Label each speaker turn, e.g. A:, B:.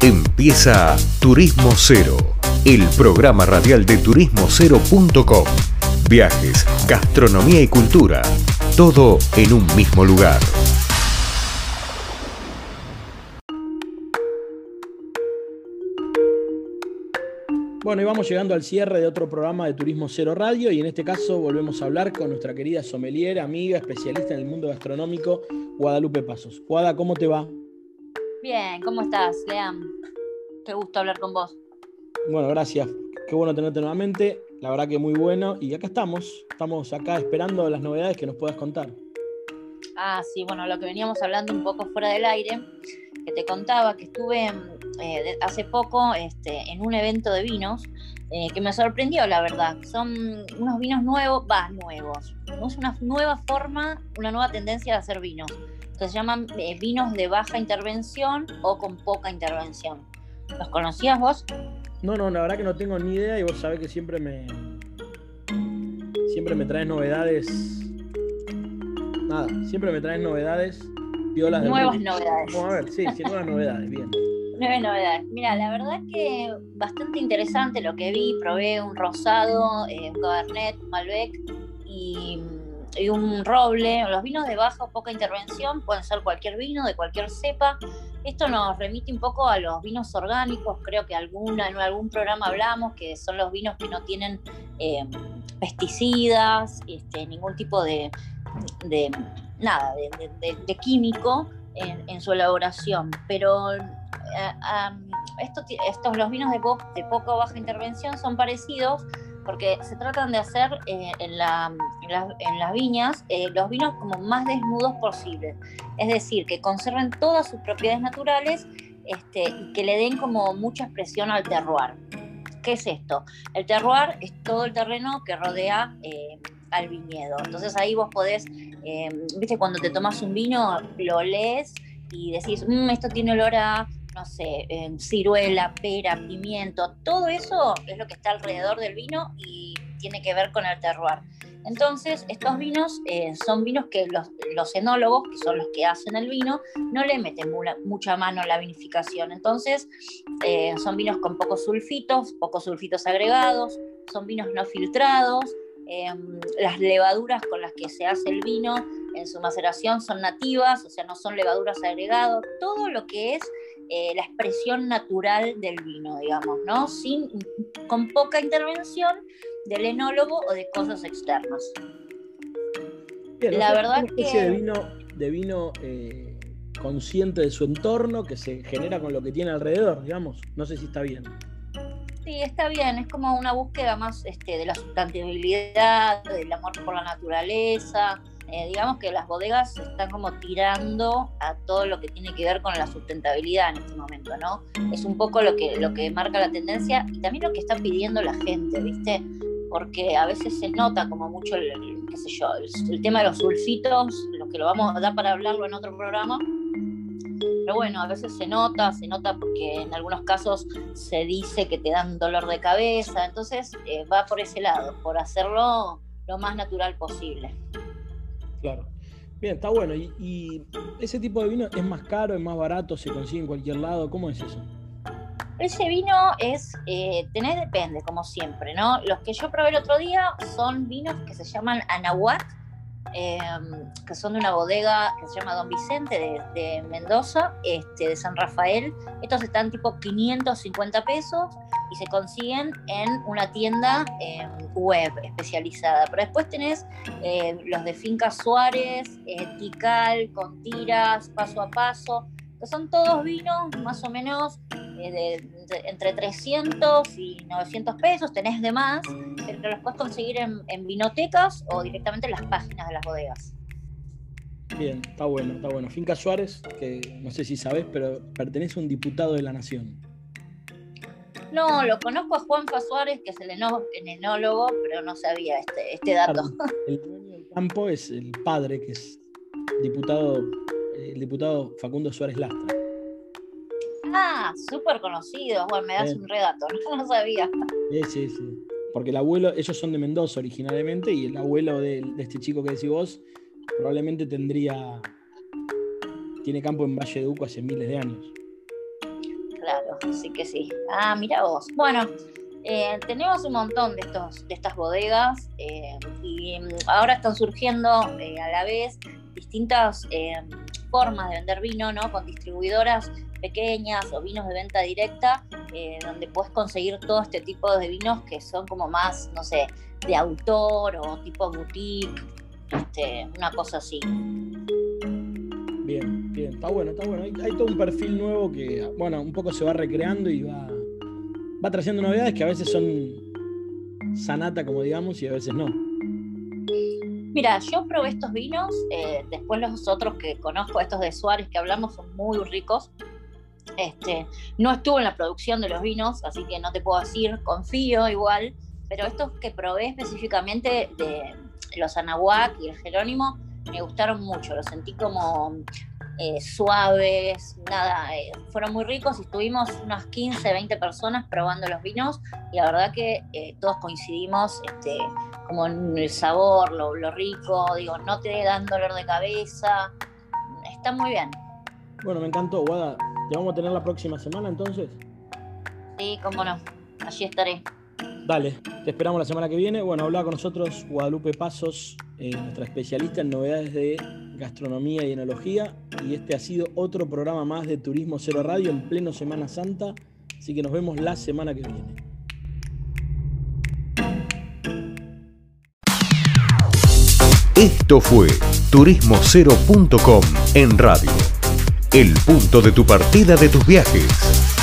A: Empieza Turismo Cero, el programa radial de turismocero.com. Viajes, gastronomía y cultura, todo en un mismo lugar.
B: Bueno, y vamos llegando al cierre de otro programa de Turismo Cero Radio, y en este caso volvemos a hablar con nuestra querida sommelier, amiga, especialista en el mundo gastronómico, Guadalupe Pasos. Guada, ¿cómo te va?
C: Bien, ¿cómo estás, Leam? Qué gusto hablar con vos.
B: Bueno, gracias. Qué bueno tenerte nuevamente. La verdad que muy bueno. Y acá estamos acá esperando las novedades que nos puedas contar.
C: Sí, bueno, lo que veníamos hablando un poco fuera del aire, que te contaba que estuve hace poco en un evento de vinos que me sorprendió, la verdad. Son unos vinos nuevos. Es una nueva forma, una nueva tendencia de hacer vinos, que se llaman vinos de baja intervención o con poca intervención. ¿Los conocías vos?
B: No, la verdad que no tengo ni idea, y vos sabés que siempre me traes novedades. Siempre me traes novedades. Violas
C: nuevas novedades.
B: Vamos a ver, sí, nuevas novedades, bien.
C: Nuevas novedades. Mira, la verdad es que bastante interesante lo que vi. Probé un rosado, un cabernet, un malbec y un roble. Los vinos de baja o poca intervención pueden ser cualquier vino, de cualquier cepa. Esto nos remite un poco a los vinos orgánicos. Creo que en algún programa hablamos que son los vinos que no tienen pesticidas, ningún tipo de químico en su elaboración. Pero los vinos de poca o baja intervención son parecidos, porque se tratan de hacer en las viñas los vinos como más desnudos posible, es decir, que conserven todas sus propiedades naturales y que le den como mucha expresión al terroir. ¿Qué es esto? El terroir es todo el terreno que rodea al viñedo. Entonces ahí vos podés, viste, cuando te tomás un vino, lo olés y decís, esto tiene olor a, no sé, ciruela, pera, pimiento. Todo eso es lo que está alrededor del vino y tiene que ver con el terroir. Entonces, estos vinos son vinos que los enólogos, que son los que hacen el vino, no le meten mucha mano a la vinificación. Entonces, son vinos con pocos sulfitos agregados, son vinos no filtrados. Las levaduras con las que se hace el vino en su maceración son nativas, o sea, no son levaduras agregadas. Todo lo que es la expresión natural del vino, digamos, ¿no? Con poca intervención del enólogo o de cosas externas.
B: Bien, la verdad es que una especie de vino consciente de su entorno, que se genera con lo que tiene alrededor, digamos. No sé si está bien.
C: Sí, está bien, es como una búsqueda más de la sustentabilidad, del amor por la naturaleza. Digamos que las bodegas están como tirando a todo lo que tiene que ver con la sustentabilidad en este momento, ¿no? Es un poco lo que marca la tendencia, y también lo que está pidiendo la gente, ¿viste? Porque a veces se nota como mucho el tema de los sulfitos, lo que lo vamos a dar para hablarlo en otro programa. Pero bueno, a veces se nota porque en algunos casos se dice que te dan dolor de cabeza. Entonces va por ese lado, por hacerlo lo más natural posible.
B: Claro. Bien, está bueno. ¿Y ese tipo de vino es más caro, es más barato, se consigue en cualquier lado? ¿Cómo es eso?
C: Ese vino depende, como siempre, ¿no? Los que yo probé el otro día son vinos que se llaman Anahuac, que son de una bodega que se llama Don Vicente de Mendoza, de San Rafael. Estos están tipo 550 pesos y se consiguen en una tienda web especializada. Pero después tenés los de Finca Suárez, Tikal, Contiras, Paso a Paso, que son todos vinos más o menos entre 300 y 900 pesos, tenés de más, pero los puedes conseguir en vinotecas o directamente en las páginas de las bodegas.
B: Bien, está bueno. Finca Suárez, que no sé si sabés, pero pertenece a un diputado de la Nación.
C: No, lo conozco a Juanfa Suárez, que es el enólogo, pero no sabía este dato.
B: Claro, el dueño del campo es el padre, que es el diputado Facundo Suárez Lastra.
C: Súper conocido. Bueno, me das un redato, no sabía.
B: Sí. Porque el abuelo, ellos son de Mendoza originalmente, y el abuelo de este chico que decís vos probablemente tiene campo en Valle de Uco hace miles de años.
C: Claro. así que sí. Ah, mira vos. Bueno, tenemos un montón de estas bodegas y ahora están surgiendo a la vez distintas formas de vender vino, ¿no? Con distribuidoras pequeñas o vinos de venta directa, donde puedes conseguir todo este tipo de vinos que son como más, no sé, de autor o tipo boutique, una cosa así.
B: Bien, está bueno. Hay todo un perfil nuevo que, bueno, un poco se va recreando y va trayendo novedades que a veces son sanata, como digamos, y a veces no.
C: Mira, yo probé estos vinos, después los otros que conozco, estos de Suárez que hablamos, son muy ricos. No estuve en la producción de los vinos, así que no te puedo decir, confío igual, pero estos que probé específicamente de los Anahuac y el Jerónimo me gustaron mucho, los sentí como suaves, fueron muy ricos y estuvimos unas 15, 20 personas probando los vinos y la verdad que todos coincidimos como en el sabor, lo rico, digo, no te dan dolor de cabeza, está muy bien.
B: Bueno, me encantó, Guada. ¿Te vamos a tener la próxima semana entonces?
C: Sí, cómo no, allí estaré.
B: Dale, te esperamos la semana que viene. Bueno, hablaba con nosotros Guadalupe Pasos, nuestra especialista en novedades de gastronomía y enología. Y este ha sido otro programa más de Turismo Cero Radio en pleno Semana Santa. Así que nos vemos la semana que viene.
A: Esto fue turismocero.com en radio. El punto de tu partida de tus viajes.